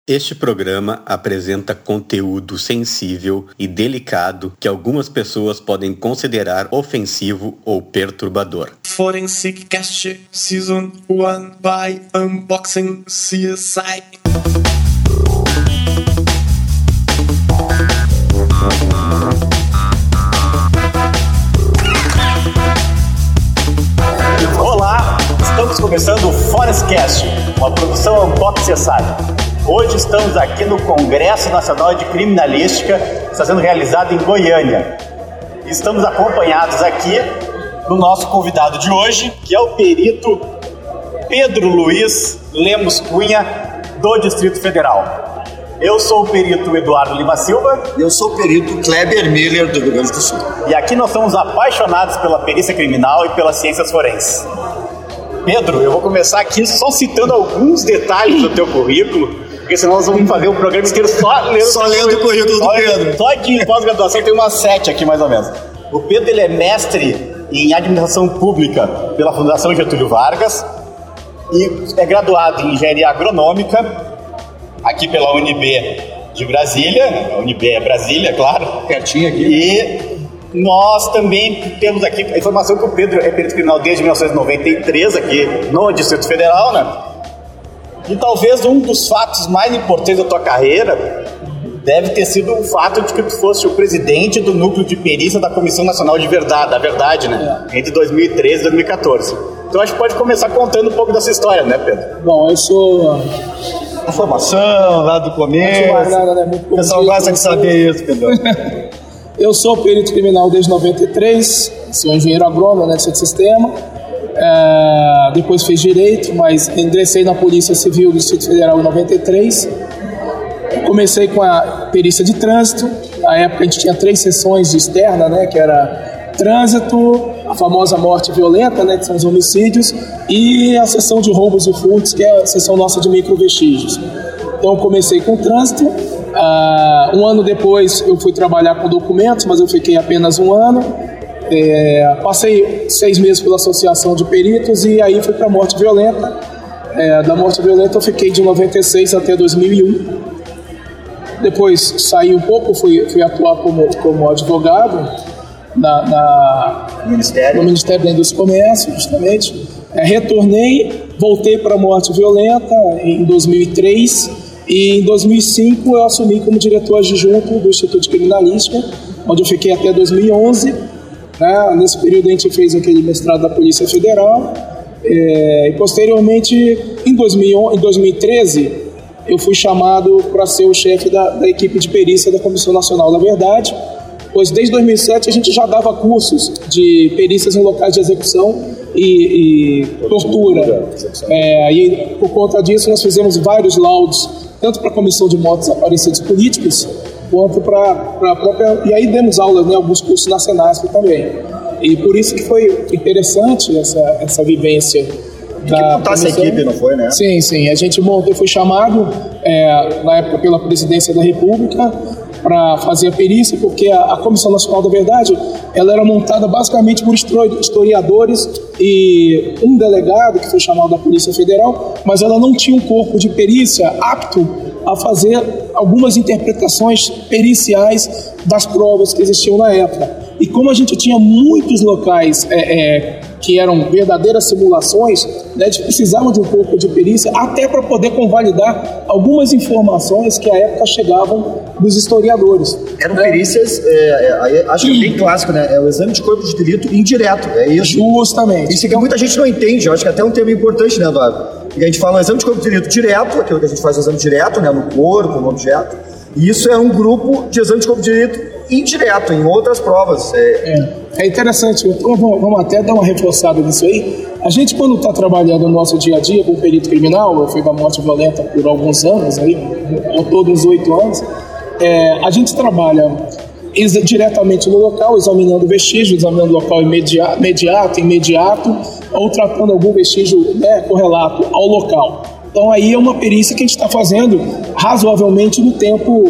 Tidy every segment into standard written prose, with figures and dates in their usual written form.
Este programa apresenta conteúdo sensível e delicado que algumas pessoas podem considerar ofensivo ou perturbador. Forensic Cast Season 1 by Unboxing CSI. Olá, estamos começando o Forensic Cast, uma produção Unboxing CSI. Hoje estamos aqui no Congresso Nacional de Criminalística, que está sendo realizado em Goiânia. Estamos acompanhados aqui do nosso convidado de hoje, que é o perito Pedro Luiz Lemos Cunha, do Distrito Federal. Eu sou o perito Eduardo Lima Silva. Eu sou o perito Kleber Miller, do Rio Grande do Sul. E aqui nós somos apaixonados pela perícia criminal e pelas ciências forenses. Pedro, eu vou começar aqui só citando alguns detalhes do teu currículo, porque senão nós vamos fazer o programa inteiro só lendo o currículo do Pedro. Só aqui em pós-graduação tem umas 7 aqui mais ou menos. O Pedro ele é mestre em administração pública pela Fundação Getúlio Vargas e é graduado em engenharia agronômica aqui pela UNB de Brasília. A UNB é Brasília, claro. Pertinho aqui. E nós também temos aqui a informação que o Pedro é perito criminal desde 1993 aqui no Distrito Federal, né? E talvez um dos fatos mais importantes da tua carreira deve ter sido o fato de que tu fosse o presidente do núcleo de perícia da Comissão Nacional de Verdade, da Verdade, né? Entre 2013 e 2014. Então acho que pode começar contando um pouco dessa história, né, Pedro? Bom, eu sou... A formação lá do começo. O pessoal gosta de saber isso, Pedro. Eu sou perito criminal desde 93, sou engenheiro agrônomo, né, de sistema. Depois fiz direito, mas ingressei na Polícia Civil do Distrito Federal em 93. Comecei com a perícia de trânsito. Na época a gente tinha 3 sessões externas, né, que era trânsito, a famosa morte violenta, né, que são os homicídios, e a sessão de roubos e furtos, que é a sessão nossa de microvestígios. Então comecei com trânsito. Um ano depois eu fui trabalhar com documentos, mas eu fiquei apenas um ano. Passei 6 meses pela Associação de Peritos e aí fui para a morte violenta. Da morte violenta eu fiquei de 96 até 2001. Depois saí um pouco, fui atuar como advogado no Ministério da Indústria e Comércio, justamente. Retornei, voltei para a morte violenta em 2003 e em 2005 eu assumi como diretor adjunto do Instituto de Criminalística, onde eu fiquei até 2011. Nesse período a gente fez aquele mestrado da Polícia Federal e posteriormente em 2013 eu fui chamado para ser o chefe da equipe de perícia da Comissão Nacional da Verdade, pois desde 2007 a gente já dava cursos de perícias em locais de execução e tortura. E por conta disso nós fizemos vários laudos, tanto para a Comissão de Mortos e Desaparecidos Políticos, quanto para a própria... E aí demos aulas, né, alguns cursos na Senasp também. E por isso que foi interessante essa vivência. Que montasse a equipe, não foi, né? Sim. A gente montou, foi chamado, na época, pela Presidência da República para fazer a perícia, porque a Comissão Nacional da Verdade ela era montada basicamente por historiadores e um delegado, que foi chamado da Polícia Federal, mas ela não tinha um corpo de perícia apto a fazer algumas interpretações periciais das provas que existiam na época. E como a gente tinha muitos locais que eram verdadeiras simulações, né, a gente precisava de um corpo de perícia até para poder convalidar algumas informações que à época chegavam dos historiadores. Eram perícias, acho que é bem clássico, né? É o exame de corpo de delito indireto, é isso? Justamente. Isso que muita gente não entende, eu acho que é até um tema importante, né, Eduardo? Porque a gente fala exame de corpo de delito direto, aquilo que a gente faz o exame direto, né, no corpo, no objeto, e isso é um grupo de exame de corpo de delito indireto, em outras provas. É interessante, então vamos até dar uma reforçada nisso aí. A gente, quando está trabalhando no nosso dia a dia com perito criminal, eu fui da morte violenta por alguns anos, ao todo uns 8 anos, a gente trabalha diretamente no local, examinando vestígios, examinando o local imediato, ou tratando algum vestígio, né, correlato ao local. Então aí é uma perícia que a gente está fazendo razoavelmente no tempo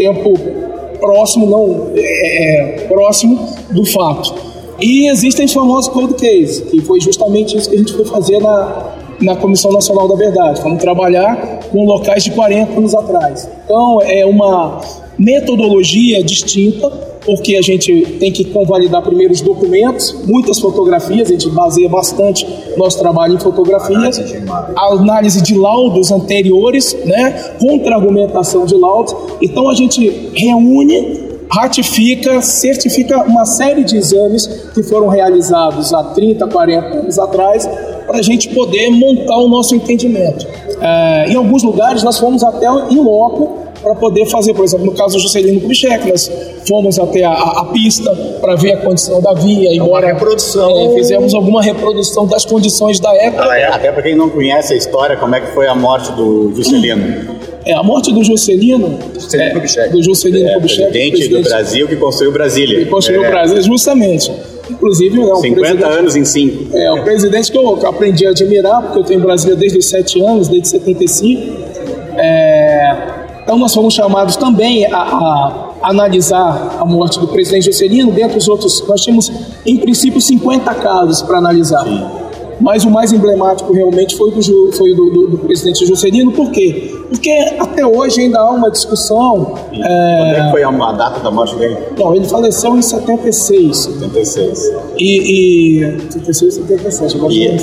próximo, próximo do fato. E existem os famosos cold cases, que foi justamente isso que a gente foi fazer na Comissão Nacional da Verdade. Vamos trabalhar com locais de 40 anos atrás. Então, é uma metodologia distinta, porque a gente tem que convalidar primeiro os documentos, muitas fotografias, a gente baseia bastante nosso trabalho em fotografias, a análise de laudos anteriores, né, contra-argumentação de laudos. Então a gente reúne, ratifica, certifica uma série de exames que foram realizados há 30, 40 anos atrás, para a gente poder montar o nosso entendimento. Em alguns lugares nós fomos até em loco, para poder fazer, por exemplo, no caso do Juscelino Kubitschek, nós fomos até a pista para ver a condição da via, embora reprodução. Fizemos alguma reprodução das condições da época. Até para quem não conhece a história, como é que foi a morte do Juscelino? A morte do Juscelino Kubitschek. Do Juscelino Kubitschek, presidente do Brasil que construiu Brasília. Que construiu o Brasil, justamente. Inclusive, 50 anos em 5. O presidente que eu aprendi a admirar, porque eu estou em Brasília desde os 7 anos, desde 75. Então nós fomos chamados também a analisar a morte do presidente Juscelino. Dentre os outros, nós tínhamos em princípio 50 casos para analisar. Sim. Mas o mais emblemático realmente foi do presidente Juscelino. Por quê? Porque até hoje ainda há uma discussão. Quando é que foi a data da morte dele? Não, ele faleceu em 76. 76. 76, 77.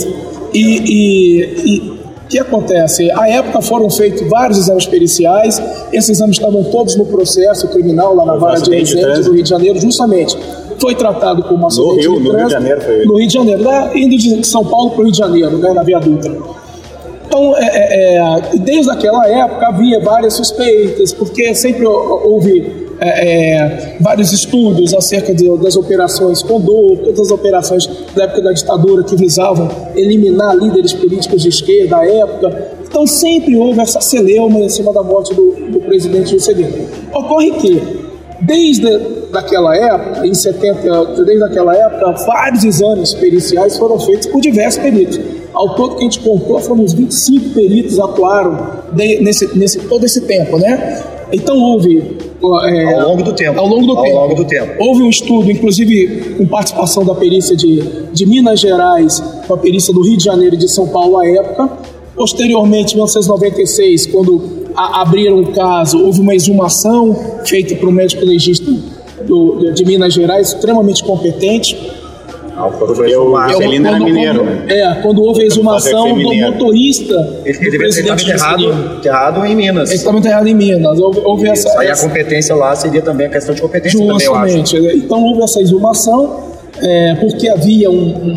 O que acontece? À época foram feitos vários exames periciais, esses exames estavam todos no processo criminal, lá na Vara de Resende do Rio de Janeiro, justamente. Foi tratado como um acidente de trânsito. No Rio de Janeiro foi ele? No Rio de Janeiro, indo de São Paulo para o Rio de Janeiro, né, na Via Dutra. Então, desde aquela época havia várias suspeitas, porque sempre houve vários estudos acerca das operações Condor, todas as operações da época da ditadura que visavam eliminar líderes políticos de esquerda à época. Então sempre houve essa celeuma em cima da morte do presidente Juscelino. Ocorre que desde aquela época, desde aquela época, vários exames periciais foram feitos por diversos peritos. Ao todo que a gente contou, foram uns 25 peritos atuaram todo esse tempo, né? Então houve ao longo do tempo. Houve um estudo, inclusive com participação da perícia de Minas Gerais, com a perícia do Rio de Janeiro e de São Paulo à época. Posteriormente, em 1996, quando abriram o caso, houve uma exumação feita por um médico legista de Minas Gerais, extremamente competente. Porque o Juscelino era mineiro. Quando houve a exumação do motorista. Ele deveria ter enterrado em Minas. Ele estava enterrado em Minas. Houve essa. Aí a competência lá seria também a questão de competência. Justamente. Também, eu acho. Então houve essa exumação, porque havia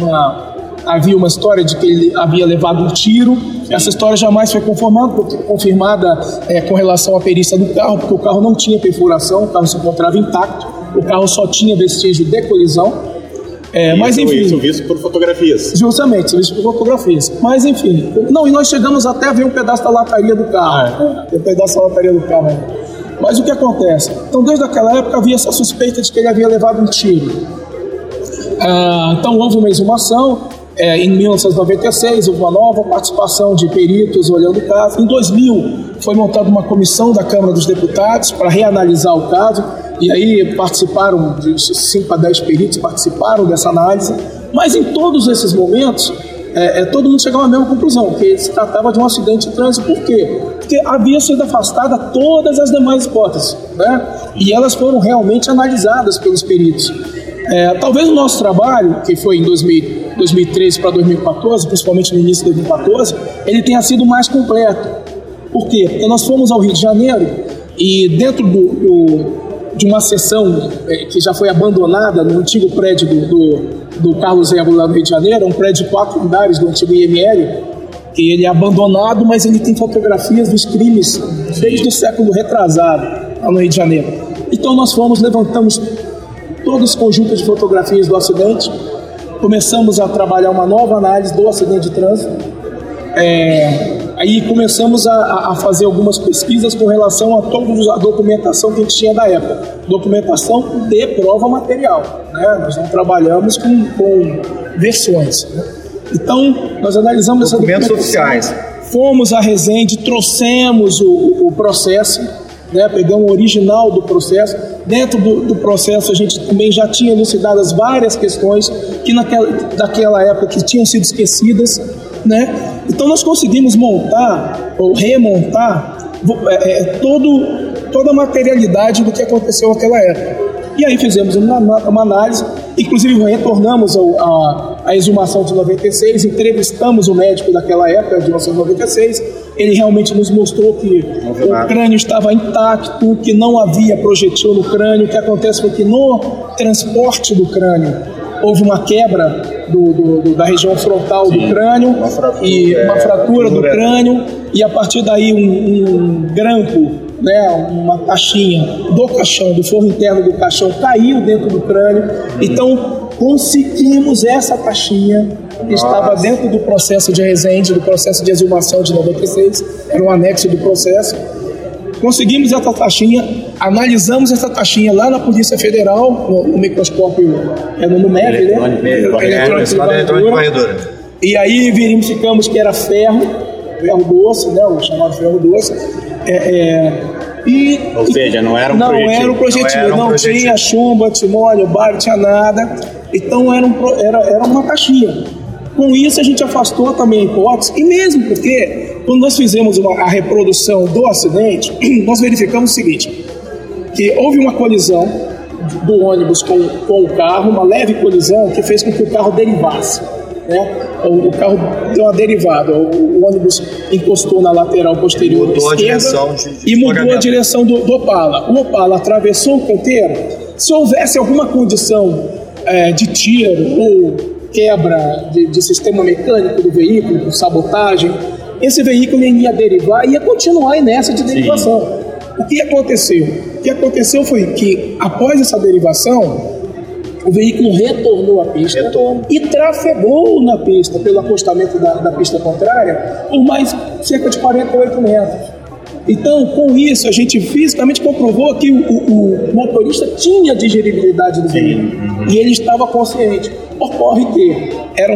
uma história de que ele havia levado um tiro. Essa história jamais foi confirmada com relação à perícia do carro, porque o carro não tinha perfuração, o carro se encontrava intacto, o carro só tinha vestígio de colisão. Mas enfim. Isso visto por fotografias. Justamente, isso visto por fotografias. Mas enfim. Não, e nós chegamos até a ver um pedaço da lataria do carro. Um pedaço da lataria do carro. Mas o que acontece? Então, desde aquela época havia essa suspeita de que ele havia levado um tiro. Então, houve uma exumação. Em 1996, houve uma nova participação de peritos olhando o caso. Em 2000, foi montada uma comissão da Câmara dos Deputados para reanalisar o caso. E aí participaram de 5 a 10 peritos, participaram dessa análise. Mas em todos esses momentos, todo mundo chegava à mesma conclusão, que se tratava de um acidente de trânsito. Por quê? Porque havia sido afastada todas as demais hipóteses, né? E elas foram realmente analisadas pelos peritos. Talvez o nosso trabalho, que foi em 2013 para 2014, principalmente no início de 2014, ele tenha sido mais completo. Por quê? Porque nós fomos ao Rio de Janeiro e dentro de uma seção que já foi abandonada no antigo prédio do Carlos Ébolo lá no Rio de Janeiro, um prédio de 4 andares do antigo IML, que ele é abandonado, mas ele tem fotografias dos crimes desde o século retrasado lá no Rio de Janeiro. Então nós levantamos todo esse conjunto de fotografias do acidente, começamos a trabalhar uma nova análise do acidente de trânsito. Aí começamos a fazer algumas pesquisas com relação a toda a documentação que a gente tinha da época. Documentação de prova material, né? Nós não trabalhamos com versões, né? Então, nós analisamos documentos oficiais. Fomos a Resende, trouxemos o processo, né? Pegamos o original do processo. Dentro do processo a gente também já tinha elucidadas várias questões que daquela época que tinham sido esquecidas, né? Então nós conseguimos montar ou remontar toda a materialidade do que aconteceu naquela época. E aí fizemos uma análise, inclusive retornamos a exumação de 96, entrevistamos o médico daquela época, de 1996, ele realmente nos mostrou que o crânio estava intacto, que não havia projetil no crânio. O que acontece foi que no transporte do crânio houve uma quebra da região frontal do crânio, uma fratura do crânio, e a partir daí um grampo, né, uma taxinha do caixão, do forro interno do caixão, caiu dentro do crânio. Então conseguimos essa taxinha que estava dentro do processo de Resende, do processo de exumação de 96, era um anexo do processo. Conseguimos essa taxinha, analisamos essa taxinha lá na Polícia Federal, no microscópio, no MEV, né? Eletrônico varredura. E aí verificamos que era ferro doce, né? O chamado ferro doce. Ou seja, não era um projetil. Não tinha chumbo, timônio, bário, tinha nada. Então era uma taxinha. Com isso a gente afastou também a hipótese, e mesmo porque quando nós fizemos a reprodução do acidente, nós verificamos o seguinte, que houve uma colisão do ônibus com o carro, uma leve colisão que fez com que o carro derivasse, né? O carro deu uma derivada, o ônibus encostou na lateral posterior esquerda e mudou a direção do Opala. O Opala atravessou o canteiro. Se houvesse alguma condição de tiro ou quebra de sistema mecânico do veículo, por sabotagem, esse veículo ia derivar e ia continuar inércia de derivação. Sim. O que aconteceu? O que aconteceu foi que, após essa derivação, o veículo retornou à pista e trafegou na pista, pelo acostamento da pista contrária, por mais cerca de 48 metros. Então, com isso, a gente fisicamente comprovou que o motorista tinha digeribilidade do veículo e ele estava consciente. Ocorre que eram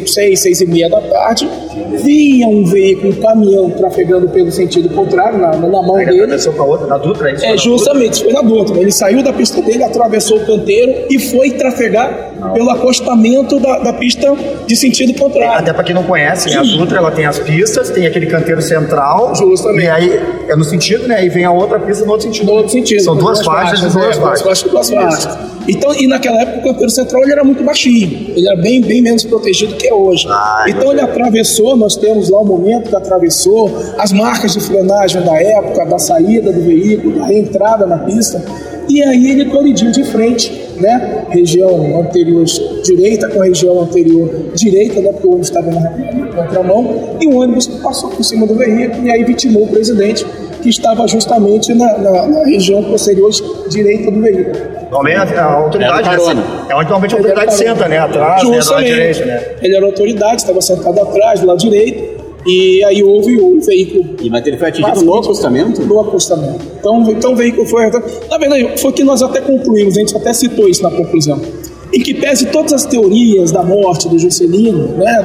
6h30 da tarde, vinha um veículo, um caminhão trafegando pelo sentido contrário, na mão dele. Ele atravessou para outra, na Dutra? Justamente, foi na Dutra. Ele saiu da pista dele, atravessou o canteiro e foi trafegar pelo acostamento da pista de sentido contrário. Até para quem não conhece, né, a Dutra ela tem as pistas, tem aquele canteiro central. Justamente. E aí é no sentido, né? E vem a outra pista no outro sentido. No outro sentido. São duas faixas. Duas faixas. Então, e naquela época o canteiro central ele era muito baixinho. Ele era bem menos protegido que é hoje. Então ele atravessou, nós temos lá o momento que atravessou, as marcas de frenagem da época, da saída do veículo, da entrada na pista, e aí ele colidiu de frente, né? Região anterior direita com a região anterior direita, né? Porque o ônibus estava na contramão, e o ônibus passou por cima do veículo e aí vitimou o presidente, que estava justamente na região posterior direita do veículo. Normalmente a autoridade normalmente a autoridade senta, né, atrás, né, do lado direito, né? Ele era autoridade, estava sentado atrás, do lado direito, e aí houve o veículo. Mas ele foi atingido no acostamento? No acostamento. Então o veículo foi... Na verdade, foi que nós até concluímos, a gente até citou isso na conclusão, em que pese todas as teorias da morte do Juscelino, né,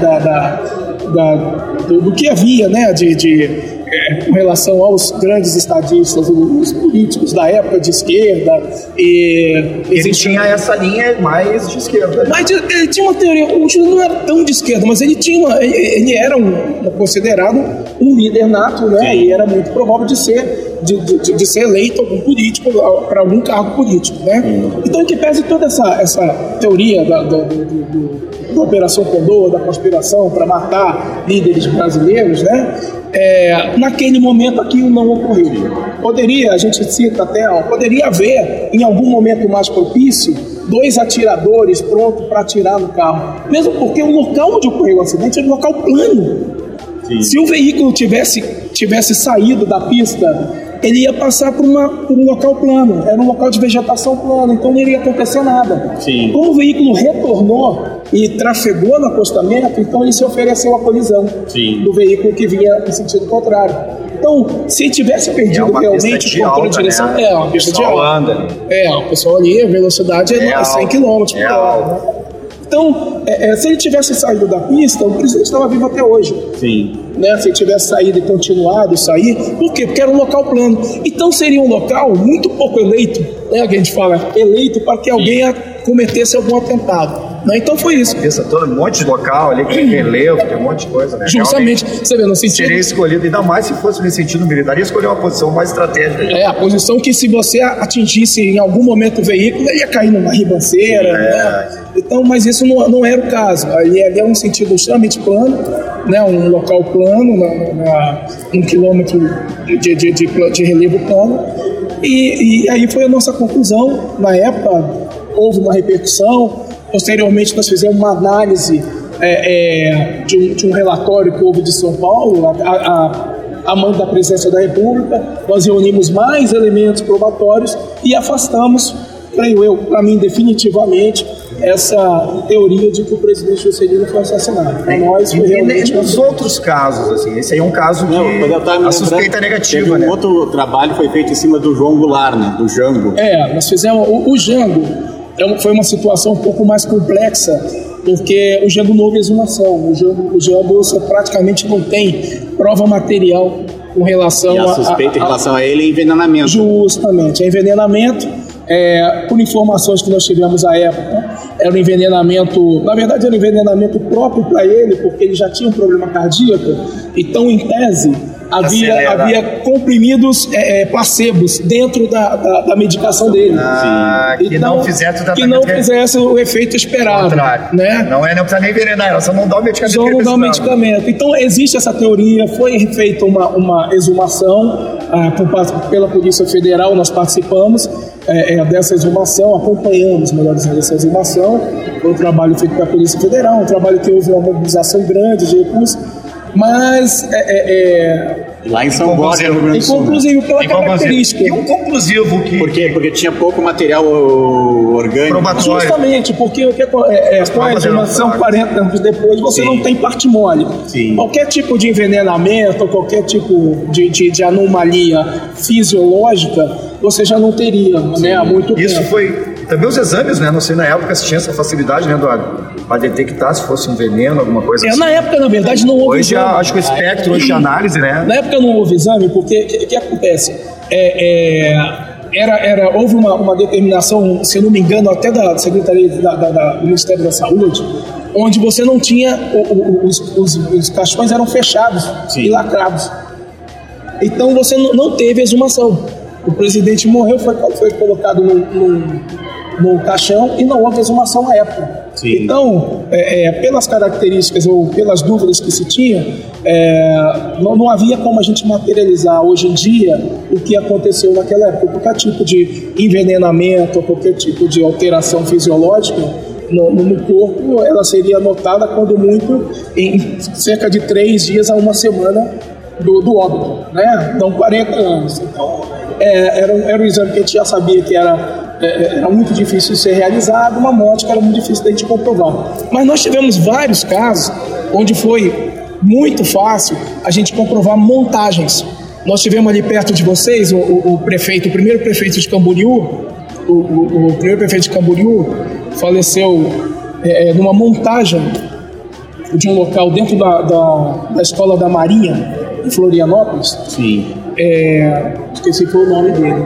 do que havia, né, com relação aos grandes estadistas, os políticos da época de esquerda. Ele tinha essa linha mais de esquerda. Mas ele tinha uma teoria, o Juscelino não era tão de esquerda, mas ele era considerado um líder nato, né? Sim. E era muito provável de ser eleito algum político para algum cargo político, né? Então, em que pese toda essa teoria da Operação Condor, da conspiração para matar líderes brasileiros, né? Naquele momento aquilo não ocorreu. A gente cita até, poderia haver em algum momento mais propício 2 atiradores prontos para atirar no carro, mesmo porque o local onde ocorreu o acidente era um local plano. Sim. Se o veículo tivesse saído da pista, ele ia passar por um local plano, era um local de vegetação plana, então não iria acontecer nada. Sim. Como o veículo retornou e trafegou no acostamento, então ele se ofereceu à colisão. Sim. Do veículo que vinha em sentido contrário. Então, se tivesse perdido realmente o controle de direção, né? É uma pista de alta. O pessoal ali, a velocidade é 100 km por hora. Então, se ele tivesse saído da pista, o presidente estava vivo até hoje. Sim. Né? Se ele tivesse saído e continuado sair, por quê? Porque era um local plano. Então seria um local muito pouco eleito, né? Que a gente fala, eleito para que alguém cometesse algum atentado. Né? Então foi isso. Todo um monte de local ali, que tem relevo, tem um monte de coisa, né? Justamente, você vê, no sentido... Seria escolhido, ainda mais se fosse nesse sentido militar, ia escolher uma posição mais estratégica. A posição que se você atingisse em algum momento o veículo, ele ia cair numa ribanceira, né? Então, mas isso não era o caso. Ali é um sentido extremamente plano, né? Um local plano, 1 quilômetro de relevo plano. E aí foi a nossa conclusão. Na época, houve uma repercussão. Posteriormente, nós fizemos uma análise de um relatório que houve de São Paulo, a mando da Presidência da República. Nós reunimos mais elementos probatórios e afastamos, creio eu, para mim, definitivamente, essa teoria de que o presidente Juscelino foi assassinado. Para nós, foi realmente... E nos outros casos, assim, esse aí é um caso que a suspeita é negativa, teve né? Outro trabalho foi feito em cima do João Goulart, né? Do Jango. Nós fizemos... O Jango foi uma situação um pouco mais complexa, porque o Jango não houve exumação. O Jango você praticamente não tem prova material com relação a suspeita em relação a ele é envenenamento. Justamente, é envenenamento. Por informações que nós tivemos à época, era um envenenamento, na verdade era um envenenamento próprio para ele, porque ele já tinha um problema cardíaco. Então, em tese, havia comprimidos placebos dentro da medicação dele. Que não fizesse o tratamento, que não fizesse o efeito esperado, né? Não precisa nem envenenar, ela só não dá o medicamento. Só não dá o medicamento. Então existe essa teoria, foi feita uma exumação pela Polícia Federal, nós participamos dessa exumação, acompanhamos, melhor dizendo, essa exumação. Foi um trabalho feito pela Polícia Federal, um trabalho que houve uma mobilização grande de recursos, mas lá em São Borja, no Rio Grande do Sul. Inclusive pela característica. E um conclusivo que... Por quê? Porque tinha pouco material orgânico. Probatório. Justamente, porque com a exumação 40 anos depois, você não tem partimônia. Qualquer tipo de envenenamento, qualquer tipo de anomalia fisiológica, você já não teria, né, há muito tempo. Isso foi... Também os exames, né? Não sei na época se tinha essa facilidade, né, Eduardo? Para detectar se fosse um veneno, alguma coisa assim. Na época, na verdade, não houve exame. Hoje, acho que o espectro hoje de análise, né? Na época não houve exame, porque o que acontece? Houve uma determinação, se eu não me engano, até da Secretaria do Ministério da Saúde, onde você não tinha... Os caixões eram fechados e lacrados. Então, você não teve exumação. O presidente morreu, foi colocado no caixão e não houve exumação na época. Então, pelas características ou pelas dúvidas que se tinha, não havia como a gente materializar hoje em dia o que aconteceu naquela época. Qualquer tipo de envenenamento, qualquer tipo de alteração fisiológica no corpo, ela seria notada quando muito em cerca de 3 dias a 1 semana do óbito, né? Não 40 anos. Então, era um exame que a gente já sabia que era muito difícil de ser realizado, uma morte que era muito difícil da gente comprovar. Mas nós tivemos vários casos onde foi muito fácil a gente comprovar montagens. Nós tivemos ali perto de vocês o primeiro prefeito de Camboriú, o primeiro prefeito de Camboriú faleceu numa montagem de um local dentro da Escola da Marinha, em Florianópolis. Esqueci qual o nome dele.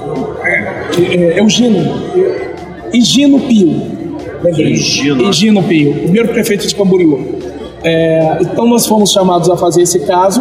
Higino Pio. Higino Pio, primeiro prefeito de Camboriú. Então nós fomos chamados a fazer esse caso.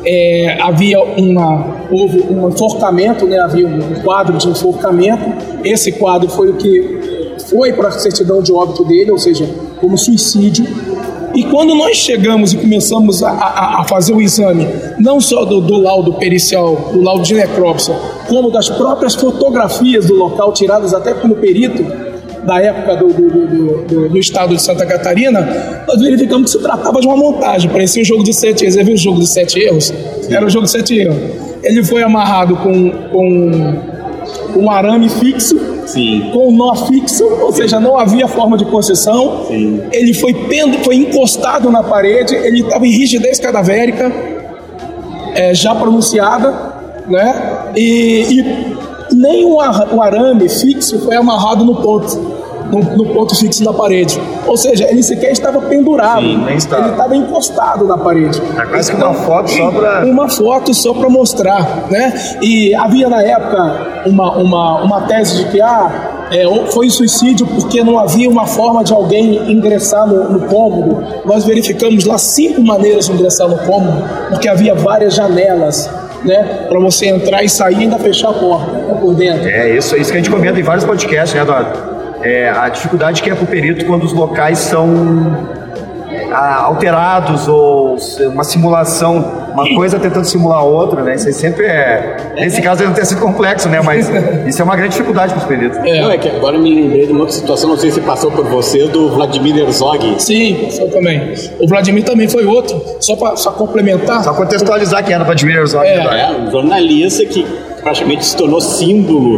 Houve um enforcamento, né? Havia um quadro de enforcamento. Esse quadro foi o que foi para a certidão de óbito dele, ou seja, como suicídio. E quando nós chegamos e começamos a fazer o exame, não só do laudo pericial, do laudo de necrópsia, como das próprias fotografias do local, tiradas até pelo perito da época do estado de Santa Catarina, nós verificamos que se tratava de uma montagem. Parecia um jogo de 7 erros. Você viu o jogo de 7 erros? Era um jogo de 7 erros. Ele foi amarrado com um arame fixo, com um nó fixo, ou seja, não havia forma de concessão. Ele foi encostado na parede, ele estava em rigidez cadavérica, já pronunciada, né? E nem o arame fixo foi amarrado no ponto fixo na parede. Ou seja, ele sequer estava pendurado. Ele estava encostado na parede. É quase que uma foto só para... Uma foto só para mostrar, né? E havia na época uma tese de que Foi suicídio porque não havia uma forma de alguém ingressar no cômodo. Nós verificamos lá 5 maneiras de ingressar no cômodo, porque havia várias janelas, né, para você entrar e sair e ainda fechar a porta, né, por dentro. Isso que a gente comenta em vários podcasts, né, Eduardo? A dificuldade que é para o perito quando os locais são alterados ou uma simulação, uma coisa tentando simular a outra, né? Isso aí sempre nesse caso não tem sido complexo, né? Mas isso é uma grande dificuldade para os peritos. Não, é que agora me lembrei de uma outra situação, não sei se passou por você, do Vladimir Herzog. Sim, passou também. O Vladimir também foi outro, só complementar. Só contextualizar quem era o Vladimir Herzog. Um jornalista que praticamente se tornou símbolo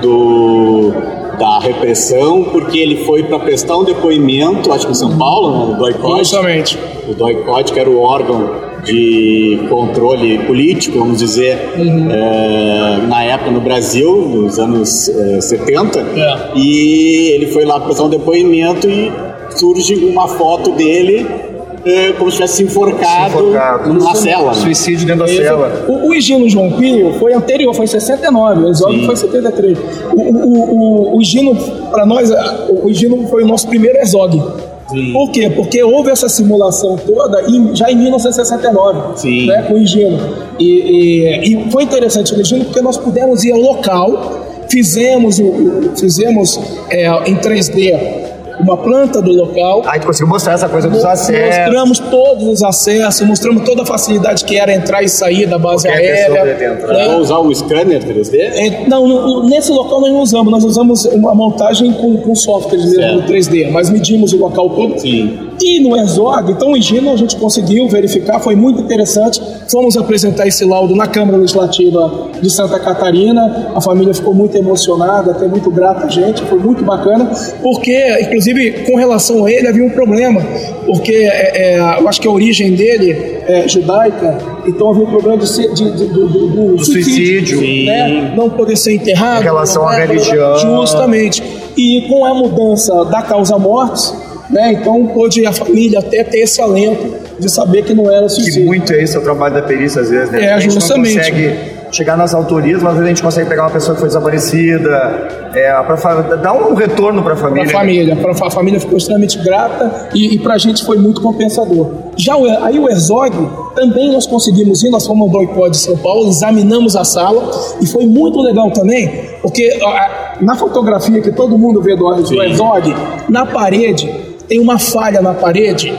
da repressão, porque ele foi para prestar um depoimento, acho que em São Paulo, né, no DOI-CODE. Justamente. O DOI-CODE, que era o órgão de controle político, vamos dizer, na época no Brasil, nos anos 70, e ele foi lá prestar um depoimento e surge uma foto dele como se tivesse enforcado numa cela. Suicídio dentro da cela. O Higino João Pio foi anterior, foi em 69, o Herzog foi em 73. O Higino, para nós, o Higino foi o nosso primeiro Herzog. Sim. Por quê? Porque houve essa simulação toda já em 1969, né, com o Higino. E foi interessante o Higino porque nós pudemos ir ao local, fizemos em 3D uma planta do local. Aí tu conseguiu mostrar essa coisa dos acessos. Mostramos todos os acessos, mostramos toda a facilidade que era entrar e sair da base aérea. Vou usar um scanner 3D? Não, nesse local nós não usamos. Nós usamos uma montagem com software mesmo, 3D, mas medimos o local todo. Sim. E no Herzog, então o Higino a gente conseguiu verificar, foi muito interessante. Fomos apresentar esse laudo na Câmara Legislativa de Santa Catarina. A família ficou muito emocionada, até muito grata a gente, foi muito bacana, porque, inclusive, com relação a ele havia um problema, porque eu acho que a origem dele é judaica, então havia um problema do suicídio, né? Não poder ser enterrado. Em relação à religião. Justamente. E com a mudança da causa-morte, né, então pôde a família até ter esse alento de saber que não era suicídio. Que muito é esse o trabalho da perícia às vezes, né? A gente justamente. não consegue chegar nas autorias, mas às vezes a gente consegue pegar uma pessoa que foi desaparecida, para dar um retorno para a família. A família ficou extremamente grata e para a gente foi muito compensador. Já aí o Herzog, também nós conseguimos ir, nós fomos ao DOI-CODE de São Paulo, examinamos a sala e foi muito legal também, porque na fotografia que todo mundo vê do Herzog, na parede, tem uma falha na parede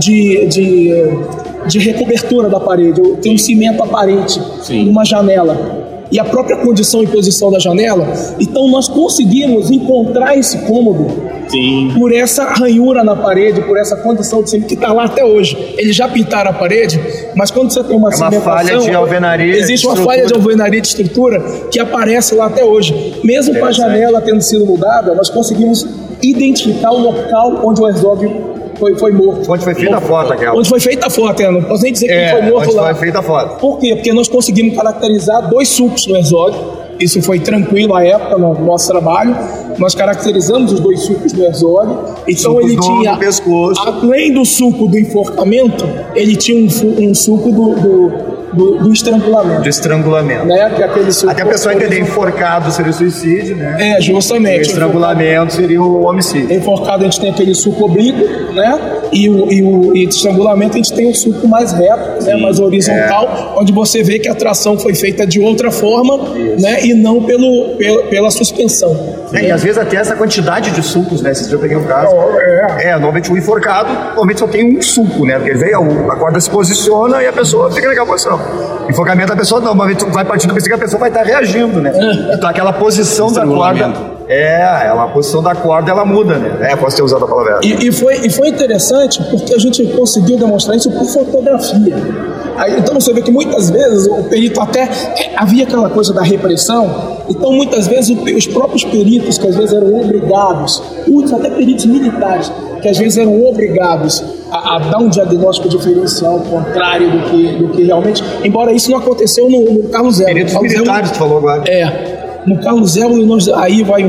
de recobertura da parede, tem um cimento aparente numa janela. E a própria condição e posição da janela, então nós conseguimos encontrar esse cômodo por essa ranhura na parede, por essa condição de cimento que está lá até hoje. Eles já pintaram a parede, mas quando você tem uma falha de alvenaria, existe uma falha de alvenaria de estrutura que aparece lá até hoje. Mesmo com a janela tendo sido mudada, nós conseguimos identificar o local onde o Herzog foi morto. Onde foi feita a foto, aquela? Onde foi feita a foto, não posso nem dizer que ele foi morto onde lá. Onde foi feita a foto. Por quê? Porque nós conseguimos caracterizar 2 sulcos no Herzog. Isso foi tranquilo à época no nosso trabalho. Nós caracterizamos os 2 sulcos do Herzog. Então ele tinha, além do sulco do enforcamento, ele tinha um sulco do estrangulamento. Do estrangulamento. Né? Que aquele até a pessoa entender, enforcado seria o suicídio, né? Justamente. E o estrangulamento seria o homicídio. Enforcado a gente tem aquele sulco oblíquo, né? E o estrangulamento a gente tem o sulco mais reto, né? Mais horizontal, onde você vê que a tração foi feita de outra forma, né? E não pela suspensão. E às vezes até essa quantidade de sulcos, né? Esses dias eu peguei um caso. Normalmente o enforcado, normalmente só tem um sulco, né? Porque veio, a corda se posiciona e a pessoa fica naquela posição. Enforcamento da pessoa não, mas tu vai partindo do princípio que a pessoa vai estar reagindo, né? Então aquela posição da corda, a posição da corda ela muda, né? Posso ter usado a palavra. E foi interessante porque a gente conseguiu demonstrar isso por fotografia. Aí, então você vê que muitas vezes o perito até havia aquela coisa da repressão, então muitas vezes os próprios peritos que às vezes eram obrigados, muitos até peritos militares, que às vezes eram obrigados a dar um diagnóstico diferencial contrário do que realmente, embora isso não aconteceu no Carlos Zébolo. Peritos militares, tu falou agora. No Carlos Zébolo, aí vai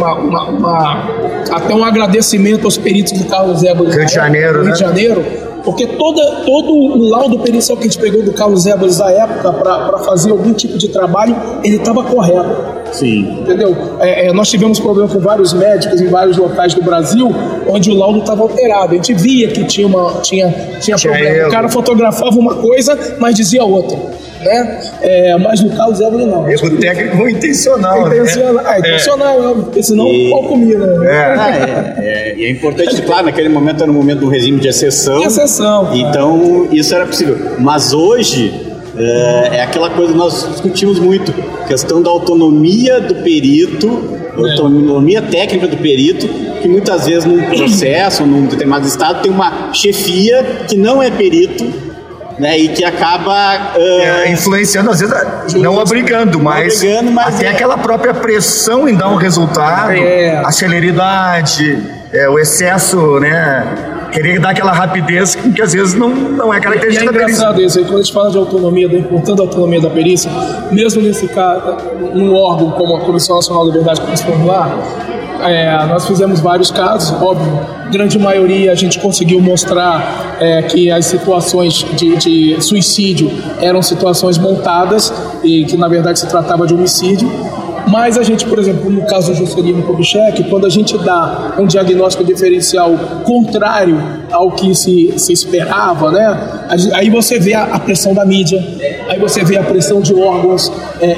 até um agradecimento aos peritos do Carlos Zébolo Rio de Janeiro, porque todo o laudo pericial que a gente pegou do Carlos Zébolo da época para fazer algum tipo de trabalho, ele estava correto. Sim. Entendeu? Nós tivemos problema com vários médicos em vários locais do Brasil, onde o laudo estava alterado. A gente via que tinha problema. O cara fotografava uma coisa, mas dizia outra. Né? Mas no caso Zé não. Erro técnico intencional. Intencional, porque senão pau comia, né? E é importante, claro, naquele momento era um momento do regime de exceção. Então, isso era possível. Mas hoje, é aquela coisa que nós discutimos muito, questão da autonomia do perito, autonomia técnica do perito, que muitas vezes num processo, num determinado estado, tem uma chefia que não é perito, né, e que acaba influenciando, às vezes, não obrigando, mas até aquela própria pressão em dar um resultado, a celeridade, o excesso, né? Querer dar aquela rapidez que às vezes não é característica da perícia. É engraçado isso aí, quando a gente fala de autonomia, da importância da autonomia da perícia, mesmo nesse caso, num órgão como a Comissão Nacional da Verdade Formular, nós fizemos vários casos, óbvio, grande maioria a gente conseguiu mostrar que as situações de suicídio eram situações montadas e que na verdade se tratava de homicídio. Mas a gente, por exemplo, no caso do Juscelino Kubitschek, quando a gente dá um diagnóstico diferencial contrário ao que se esperava, né? Aí você vê a pressão da mídia, aí você vê a pressão de órgãos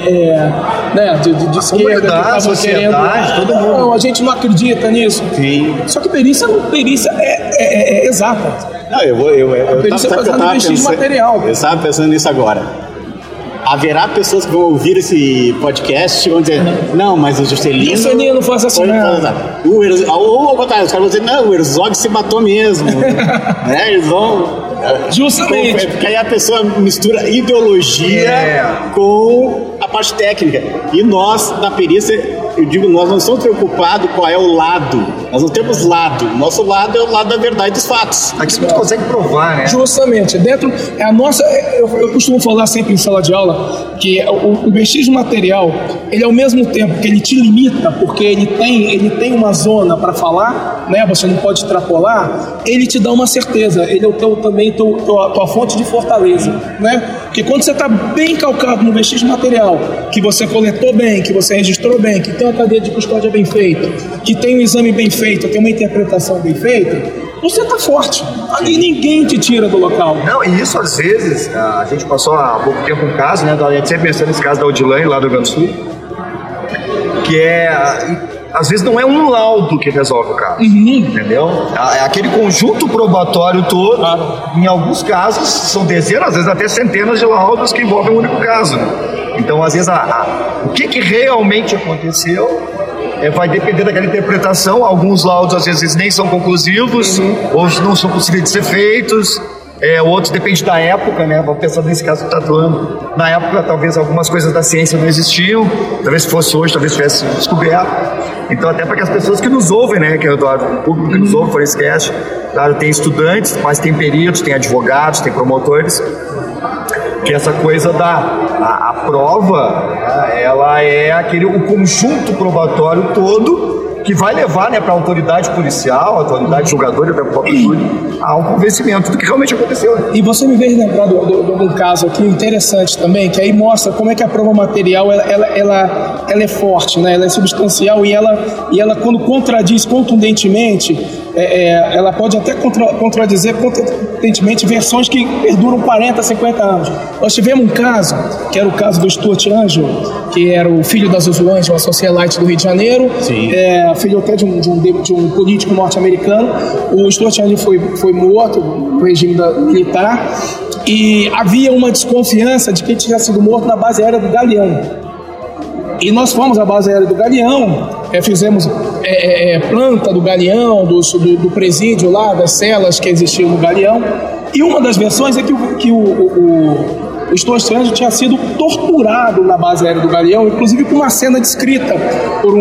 né? de esquerda, que estavam querendo. Todo mundo. Não, a gente não acredita nisso. Sim. Só que perícia é exata. Não, eu estava pensando nisso agora. Haverá pessoas que vão ouvir esse podcast e vão dizer, não, mas o Juscelino não foi assassinado. Ou ao contrário, os caras vão dizer, não, o Herzog se matou mesmo. Né? Eles vão... Justamente. Porque aí a pessoa mistura ideologia com a parte técnica. E nós, da perícia, eu digo, nós não estamos preocupados qual é o lado. Nós não temos lado. Nosso lado é o lado da verdade dos fatos. Aqui você consegue provar, né? Justamente. Dentro, a nossa... Eu costumo falar sempre em sala de aula que o vestígio material, ele ao mesmo tempo que ele te limita, porque ele tem uma zona para falar, né? Você não pode extrapolar, ele te dá uma certeza. Ele é também tua fonte de fortaleza, né? Porque quando você está bem calcado no vestígio material, que você coletou bem, que você registrou bem, que tem uma cadeia de custódia bem feita, que tem um exame bem feito, tem uma interpretação bem feita, você está forte. Ali ninguém te tira do local. Não, e isso às vezes, a gente passou há pouco tempo um caso, né? A gente sempre pensando nesse caso da Odilane, lá do Rio Grande do Sul, que às vezes não é um laudo que resolve o caso, entendeu? É aquele conjunto probatório todo, em alguns casos são dezenas, às vezes até centenas de laudos que envolvem um único caso. Então, às vezes, o que realmente aconteceu vai depender daquela interpretação. Alguns laudos, às vezes, nem são conclusivos, ou não são possíveis de ser feitos. Outros depende da época, né? Vamos pensar nesse caso que está atuando. Na época, talvez algumas coisas da ciência não existiam. Talvez se fosse hoje, talvez tivesse descoberto. Então, até para que as pessoas que nos ouvem, né? Que é o público que nos ouve por esse cast, claro, tem estudantes, mas tem peritos, tem advogados, tem promotores. Que essa coisa a prova, ela é o conjunto probatório todo que vai levar, né, para a autoridade policial, a autoridade julgadora, até o próprio júri, a um convencimento do que realmente aconteceu. Né? E você me veio lembrar de um caso aqui interessante também, que aí mostra como é que a prova material ela é forte, né? Ela é substancial e ela quando contradiz contundentemente, ela pode até contradizer contundentemente versões que perduram 40, 50 anos. Nós tivemos um caso, que era o caso do Stuart Angelo, que era o filho da Zuzu Angelo, uma socialite do Rio de Janeiro, filho até de um político norte-americano. O Stuart Angelo foi morto no regime militar e havia uma desconfiança de que ele tinha sido morto na base aérea do Galeão. E nós fomos à base aérea do Galeão, fizemos planta do Galeão, do presídio lá, das celas que existiam no Galeão, e uma das versões é que o Stuart Angelo tinha sido torturado na base aérea do Galeão, inclusive com uma cena descrita por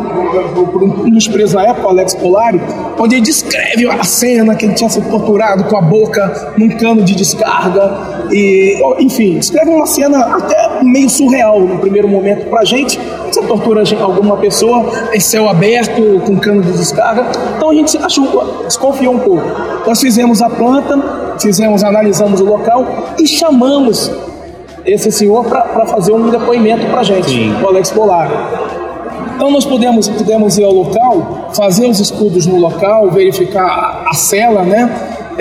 um dos presos na época, o Alex Polari, onde ele descreve a cena que ele tinha sido torturado com a boca num cano de descarga, e, enfim, descreve uma cena até meio surreal no primeiro momento pra gente. Você tortura alguma pessoa em céu aberto, com cano de descarga, então a gente desconfiou um pouco. Nós fizemos a planta, analisamos o local e chamamos esse senhor para fazer um depoimento para a gente, o Alex Bolaro. Então nós pudemos ir ao local, fazer os estudos no local, verificar a cela, né?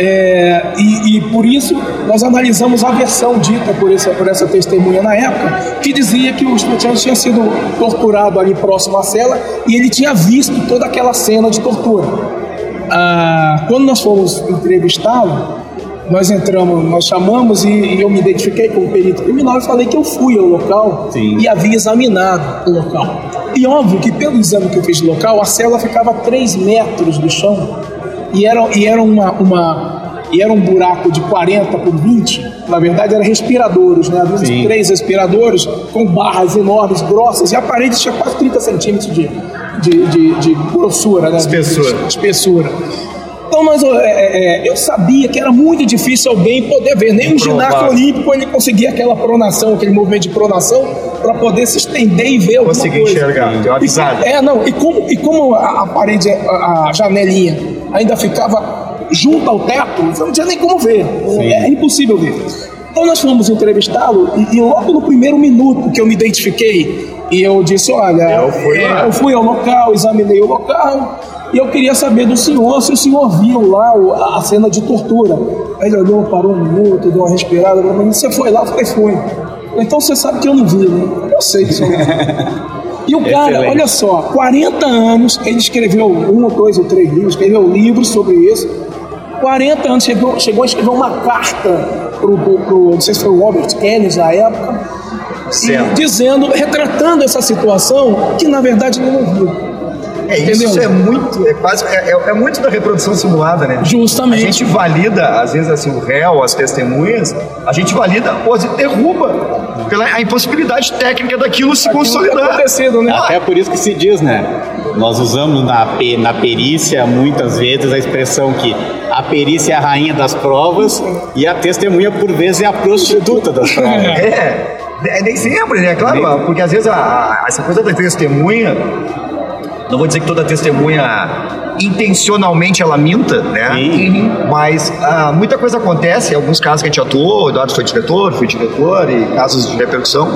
E por isso nós analisamos a versão dita por essa testemunha na época, que dizia que o estudante tinha sido torturado ali próximo à cela e ele tinha visto toda aquela cena de tortura. Quando nós fomos entrevistá-lo, nós chamamos e eu me identifiquei como perito criminal e falei que eu fui ao local e havia examinado o local. E óbvio que pelo exame que eu fiz do local, a cela ficava a 3 metros do chão e era um buraco de 40 por 20, na verdade eram respiradores, né? Havia 3 respiradores com barras enormes, grossas, e a parede tinha quase 30 centímetros de grossura, né? Espessura. Então eu sabia que era muito difícil alguém poder ver, nem um ginasta olímpico ele conseguia aquela pronação, aquele movimento de pronação para poder se estender e ver alguma coisa. Conseguir enxergar, deu uma pisada. E como a parede, a janelinha ainda ficava junto ao teto, não tinha nem como ver, é impossível ver. Então nós fomos entrevistá-lo e logo no primeiro minuto que eu me identifiquei e eu disse, olha, eu fui ao local, examinei o local e eu queria saber do senhor se o senhor viu lá a cena de tortura. Aí ele olhou, parou um minuto, deu uma respirada, falou, você foi lá? Eu falei, fui. Então você sabe que eu não vi, né? Eu sei que você não viu. E o cara, olha só, 40 anos, ele escreveu 1, 2 ou 3 livros, escreveu livros sobre isso. 40 anos, chegou a escrever uma carta pro não sei se foi o Robert Kennedy na época, retratando essa situação que na verdade ele não viu. Isso é muito da reprodução simulada, né? Justamente. A gente valida, às vezes, assim, o réu, as testemunhas, a gente valida, derruba pela impossibilidade técnica daquilo se consolidar. Né? Até por isso que se diz, né? Nós usamos na perícia, muitas vezes, a expressão que a perícia é a rainha das provas e a testemunha, por vezes, é a prostituta das provas. Nem sempre, né? Claro, porque às vezes essa coisa da testemunha, não vou dizer que toda testemunha intencionalmente ela minta, né? Mas muita coisa acontece, em alguns casos que a gente atuou, o Eduardo foi diretor, e casos de repercussão,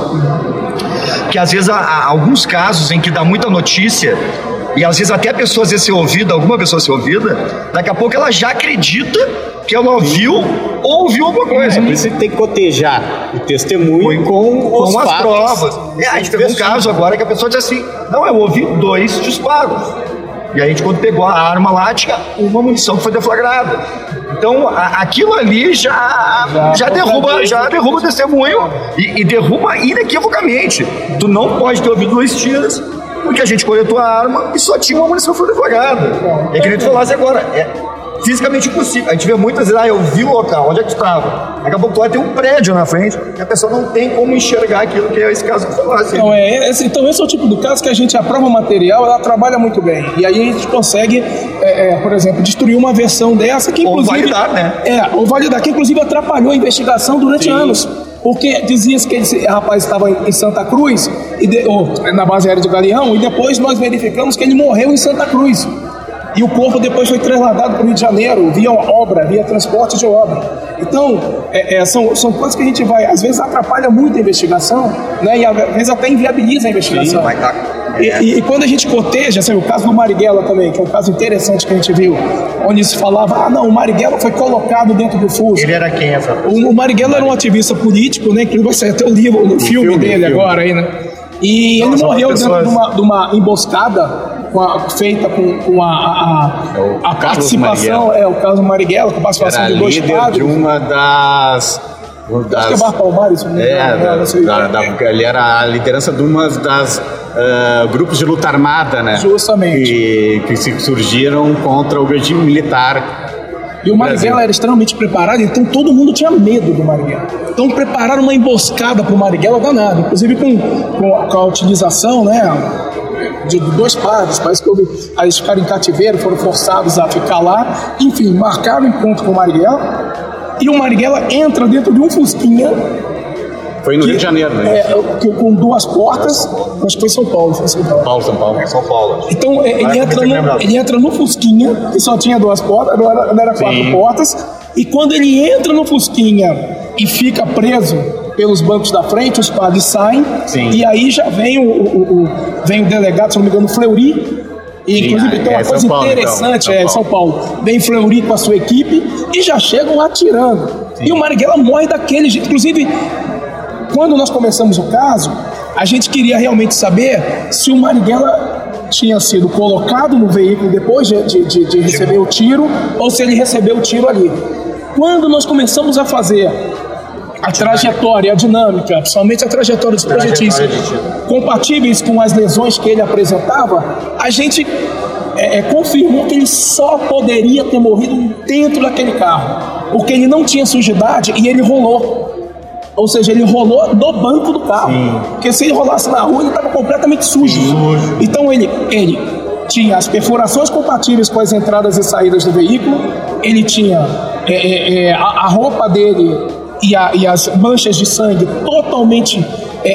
que às vezes há alguns casos em que dá muita notícia e às vezes até a pessoa alguma pessoa ser ouvida, daqui a pouco ela já acredita que ela ouviu ou ouviu alguma coisa. Por isso que tem que cotejar o testemunho com as fatos. Provas. A gente teve um caso agora que a pessoa disse assim, não, eu ouvi 2 disparos. E a gente, quando pegou a arma lá, tinha uma munição que foi deflagrada. Então, aquilo ali já derruba o testemunho e derruba inequivocamente. Tu não pode ter ouvido 2 tiros, porque a gente coletou a arma e só tinha uma munição que foi deflagrada. É que nem tu falasse agora, fisicamente impossível. A gente vê muitas vezes, eu vi o local, onde é que tu estava? Daqui a pouco tu vai ter um prédio na frente e a pessoa não tem como enxergar aquilo, que é esse caso que tu falasse. Então esse é o tipo do caso que a gente aprova o material, ela trabalha muito bem. E aí a gente consegue, por exemplo, destruir uma versão dessa que inclusive... Ou validar, né? Ou validar, que inclusive atrapalhou a investigação durante anos. Porque dizia-se que esse rapaz estava em Santa Cruz, na base aérea de Galeão, e depois nós verificamos que ele morreu em Santa Cruz. E o corpo depois foi trasladado para o Rio de Janeiro, via transporte de obra. Então, são coisas que a gente vai, às vezes atrapalha muito a investigação, né? E às vezes até inviabiliza a investigação. E quando a gente coteja, assim, o caso do Marighella também, que é um caso interessante que a gente viu, onde se falava, o Marighella foi colocado dentro do Fusca. Ele era quem, essa? O Marighella era um ativista político, né? Que vai sair até o filme dele agora aí, né? E ele morreu dentro de uma emboscada feita com a participação, o caso Marighella, com a participação de 2 padres. De uma das... Acho que é Bar Palmares. Ele era a liderança de uma das grupos de luta armada, né? Justamente. Que surgiram contra o regime militar. E o Marighella era extremamente preparado, então todo mundo tinha medo do Marighella. Então prepararam uma emboscada para o Marighella danado, inclusive com a utilização, né, de 2 padres. Parece que eles ficaram em cativeiro, foram forçados a ficar lá. Enfim, marcaram o encontro com o Marighella e o Marighella entra dentro de um Fusquinha. Foi no Rio de Janeiro, né? Com 2 portas. Acho que foi São Paulo. São Paulo. Então ele entra no Fusquinha, que só tinha 2 portas, agora era 4 portas. E quando ele entra no Fusquinha e fica preso, pelos bancos da frente, os padres saem, e aí já vem vem o delegado, se não me engano, Fleury. E, inclusive, tem uma coisa interessante, em São Paulo. Vem Fleury com a sua equipe e já chegam atirando. Sim. E o Marighella morre daquele jeito. Inclusive, quando nós começamos o caso, a gente queria realmente saber se o Marighella tinha sido colocado no veículo depois de receber o tiro, ou se ele recebeu o tiro ali. Quando nós começamos a fazer a trajetória, a dinâmica, principalmente a trajetória dos projetistas compatíveis com as lesões que ele apresentava, a gente confirmou que ele só poderia ter morrido dentro daquele carro, porque ele não tinha sujidade e ele rolou. Ou seja, ele rolou do banco do carro. Sim. Porque se ele rolasse na rua, ele estava completamente sujo. Então ele tinha as perfurações compatíveis com as entradas e saídas do veículo, ele tinha a roupa dele e as manchas de sangue totalmente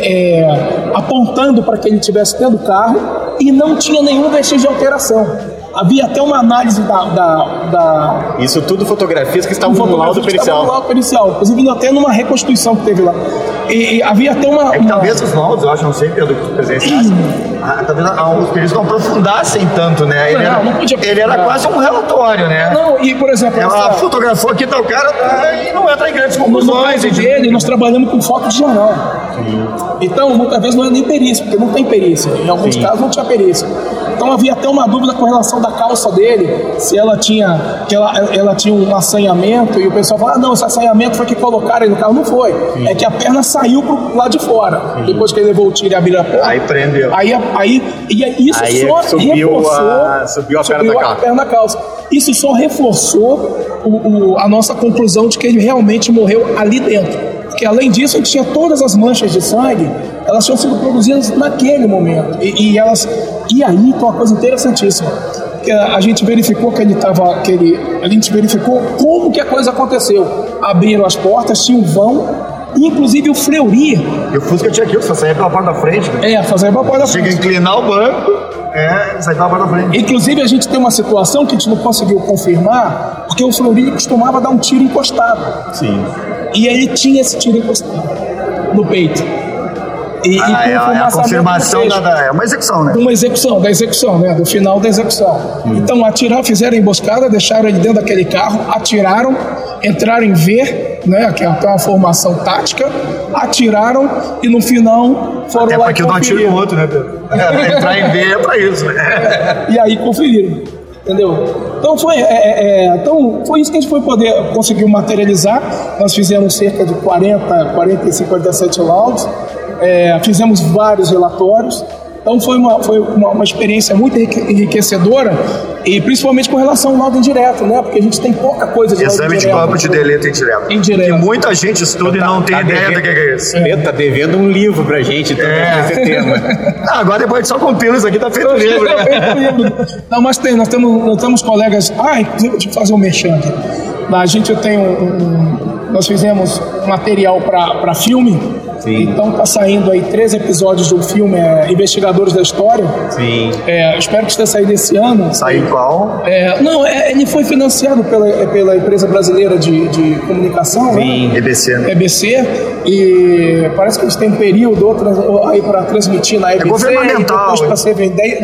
apontando para que ele estivesse dentro do carro, e não tinha nenhum vestígio de alteração. Havia até uma análise da... Isso tudo fotografias que estavam no laudo pericial. Inclusive até numa reconstituição que teve lá. E havia até uma... Talvez os laudos, eu acho, não sei, Pedro, que tu presenciasse, talvez os peritos não aprofundassem tanto, né? Ele era quase um relatório, né? Não, e por exemplo... Ela fotografou aqui, tá o cara, e não entra em grandes conclusões. Nós trabalhamos com foto de jornal. Sim. Então, muitas vezes não é nem perícia, porque não tem perícia. Em alguns casos não tinha perícia. Então havia até uma dúvida com relação da calça dele, se ela tinha um assanhamento, e o pessoal fala, não, esse assanhamento foi que colocaram ele no carro. Não foi. Sim. É que a perna saiu pro lado de fora. Sim. Depois que ele levou o tiro e abriu a porta. Aí prendeu. Isso só subiu a perna da calça. Isso só reforçou a nossa conclusão de que ele realmente morreu ali dentro. Porque além disso, a gente tinha todas as manchas de sangue, elas tinham sido produzidas naquele momento. E aí tem uma coisa interessantíssima. Que a gente verificou a gente verificou como que a coisa aconteceu. Abriram as portas, tinha um vão, inclusive o Fleury. E o Fusca tinha aquilo, só saía pela porta da frente. Saía pela porta da frente. Chega a inclinar o banco, saía pela porta da frente. Inclusive, a gente tem uma situação que a gente não conseguiu confirmar, porque o Fleury costumava dar um tiro encostado. Sim. E ele tinha esse tiro encostado no peito. É a confirmação é uma execução, né? Da execução, né? Do final da execução. Então, fizeram a emboscada, deixaram ele dentro daquele carro, atiraram, entraram em V, né? Que é uma formação tática, atiraram e no final foram até lá porque não atira o outro, né, Pedro? Entrar em V é pra isso, né? E aí conferiram. Entendeu? Então foi isso que a gente foi poder conseguir materializar. Nós fizemos cerca de 45, 47 laudos, fizemos vários relatórios. Então foi uma experiência muito enriquecedora, e principalmente com relação ao laudo indireto, né? Porque a gente tem pouca coisa de laudo indireto. Exame de campo de delito indireto. Que muita gente estuda e não tem ideia do que é isso. Pedro tá devendo um livro pra gente também nesse tema. Agora depois de só compila isso aqui, tá feito o livro. Não, mas nós temos colegas... inclusive deixa eu fazer um merchan aqui. A gente tem nós fizemos material para filme. Sim. Então tá saindo aí 3 episódios do filme Investigadores da História. Sim. Espero que esteja saindo esse ano. Sai qual? Ele foi financiado pela empresa brasileira de comunicação. Sim. Né? EBC, né? EBC. E parece que eles têm um período aí para transmitir na EBC. É governamental. Depois para ser vendido.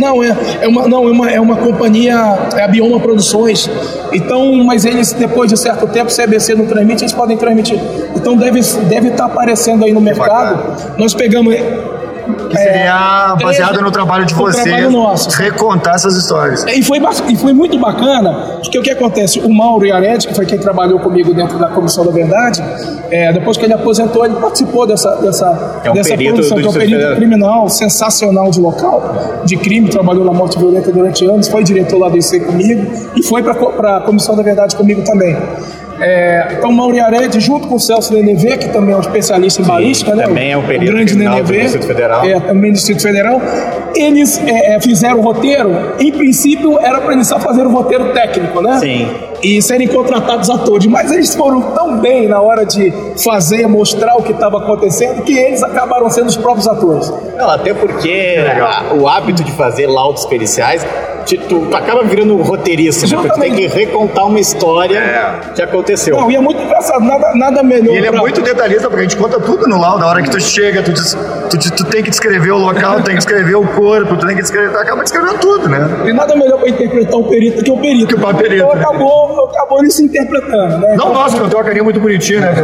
É uma companhia, a Bioma Produções. Então, mas eles, depois de certo tempo, se a EBC não transmite, eles podem transmitir. Então deve estar aparecendo aí no mercado. Nós pegamos... Que seria baseado no trabalho de vocês, recontar essas histórias. E foi muito bacana, porque o que acontece? O Mauro Iaretti, que foi quem trabalhou comigo dentro da Comissão da Verdade, depois que ele aposentou, ele participou dessa comissão, que é um perito criminal sensacional de local, de crime, trabalhou na morte violenta durante anos, foi diretor lá do IC comigo e foi para a Comissão da Verdade comigo também. Então, Mauro Iaretti, junto com o Celso Nenevê, que também é um especialista em balística, né? Também é um perito grande criminal do Distrito Federal. Também do Distrito Federal. Eles fizeram o roteiro. Em princípio, era para eles só fazer o roteiro técnico, né? Sim. E serem contratados atores. Mas eles foram tão bem na hora de mostrar o que estava acontecendo, que eles acabaram sendo os próprios atores. Não, até porque o hábito de fazer laudos periciais, tu acaba virando roteirista, né? Porque tu tem que recontar uma história que aconteceu. aconteceu. Não, e é muito engraçado, nada melhor. E ele é muito detalhista, porque a gente conta tudo no laudo. Na hora que tu chega, tu tem que descrever o local, tem que descrever o corpo, tu tem que descrever, acaba descrevendo tudo, né? E nada melhor pra interpretar o perito do que o perito. Que o perito. Então acabou ele se interpretando, né? Não, nossa, que eu tenho uma carinha muito bonitinha, né?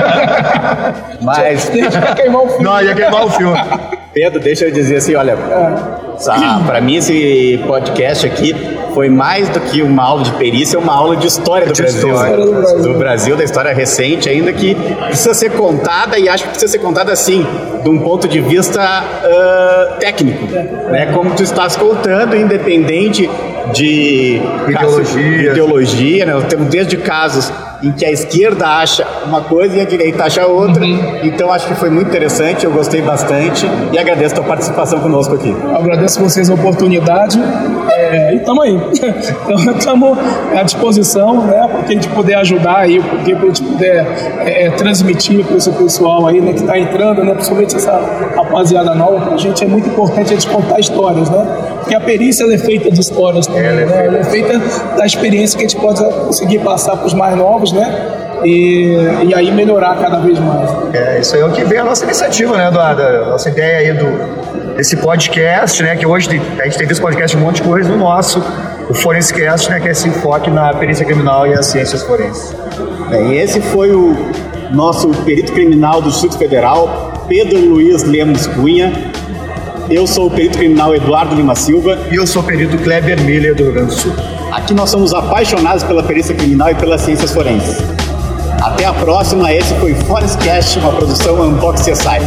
Mas, Ia queimar o filme. Não, ia queimar o filme. Pedro, deixa eu dizer assim, olha, pra mim esse podcast aqui foi mais do que uma aula de perícia, uma aula de história do Brasil. Do Brasil, da história recente ainda, que precisa ser contada, e acho que precisa ser contada assim, de um ponto de vista técnico, né? Como tu estás contando, independente de ideologia, né? Nós temos desde casos em que a esquerda acha uma coisa e a direita acha outra. Então acho que foi muito interessante, eu gostei bastante e agradeço a tua participação conosco aqui. Eu agradeço a vocês a oportunidade e estamos aí. Então estamos à disposição, né, para que a gente puder ajudar aí, porque a gente puder transmitir para esse pessoal aí, né, que está entrando, né, principalmente essa rapaziada nova. Para a gente é muito importante a gente contar histórias, né? Porque a perícia ela é feita de histórias também, né? Ela é feita da experiência que a gente pode conseguir passar para os mais novos, né? E aí melhorar cada vez mais. Isso aí é o que vem a nossa iniciativa, né, Eduardo? A nossa ideia aí desse podcast, né, que hoje a gente tem visto podcast de um monte de coisa, no nosso, o Forensecast, né, que é esse enfoque na perícia criminal e as ciências forenses. Bem, esse foi o nosso perito criminal do Distrito Federal, Pedro Luiz Lemos Cunha. Eu sou o perito criminal Eduardo Lima Silva. E eu sou o perito Kleber Miller, do Rio Grande do Sul. Aqui nós somos apaixonados pela perícia criminal e pelas ciências forenses. Até a próxima, esse foi Forensecast, uma produção Unbox CSI.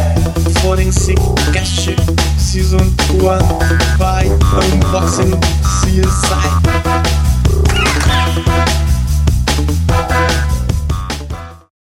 Forensecast Season 1 by Unboxing CSI.